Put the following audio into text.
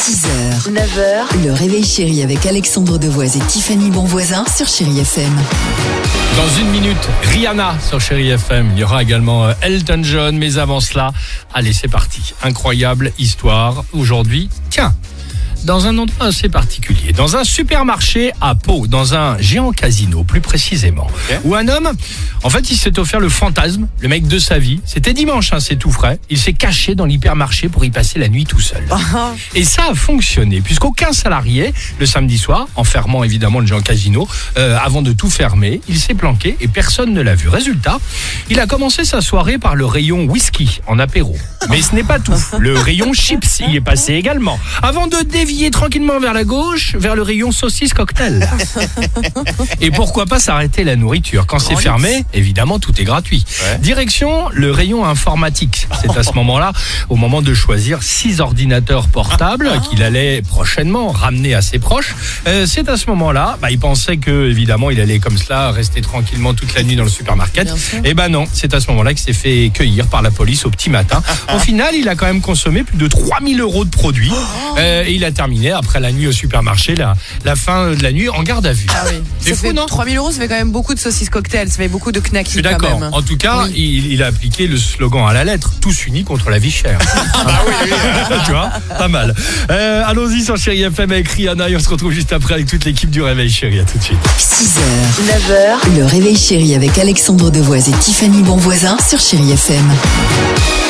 6h, 9h, le réveil chéri avec Alexandre Devoise et Tiffany Bonvoisin sur Chéri FM. Dans une minute, Rihanna sur Chéri FM. Il y aura également Elton John, mais avant cela, allez, c'est parti. Incroyable histoire aujourd'hui. Tiens, dans un endroit assez particulier, dans un supermarché à Pau, dans un géant casino plus précisément, où un homme, en fait, il s'est offert le fantasme, le mec de sa vie. C'était dimanche, c'est tout frais. Il s'est caché dans l'hypermarché pour y passer la nuit tout seul. Et ça a fonctionné, puisqu'aucun salarié, le samedi soir, en fermant évidemment le géant casino, avant de tout fermer, il s'est planqué et personne ne l'a vu. Résultat, il a commencé sa soirée par le rayon whisky en apéro. Mais ce n'est pas tout. Le rayon chips y est passé également. Avant de dévier tranquillement vers la gauche, vers le rayon saucisse cocktail. Et pourquoi pas s'arrêter la nourriture? Quand c'est fermé, évidemment, tout est gratuit. Ouais. Direction le rayon informatique. C'est à ce moment-là, au moment de choisir 6 ordinateurs portables qu'il allait prochainement ramener à ses proches. C'est à ce moment-là, il pensait que, évidemment, il allait comme cela rester tranquillement toute la nuit dans le supermarché. Et non, c'est à ce moment-là qu'il s'est fait cueillir par la police au petit matin. Au final, il a quand même consommé plus de 3000 € de produits. Et il a terminé après la nuit au supermarché, la fin de la nuit en garde à vue. Ah oui. C'est fou, non? 3000 €, ça fait quand même beaucoup de saucisses cocktail, ça fait beaucoup de knackis. Je suis d'accord. Quand même. En tout cas, il a appliqué le slogan à la lettre, tous unis contre la vie chère. Oui. Tu vois, pas mal. Allons-y sur Chéri FM avec Rihanna et on se retrouve juste après avec toute l'équipe du Réveil Chéri. À tout de suite. 6h, 9h, le réveil chéri avec Alexandre Devoise et Tiffany Bonvoisin sur Chéri FM.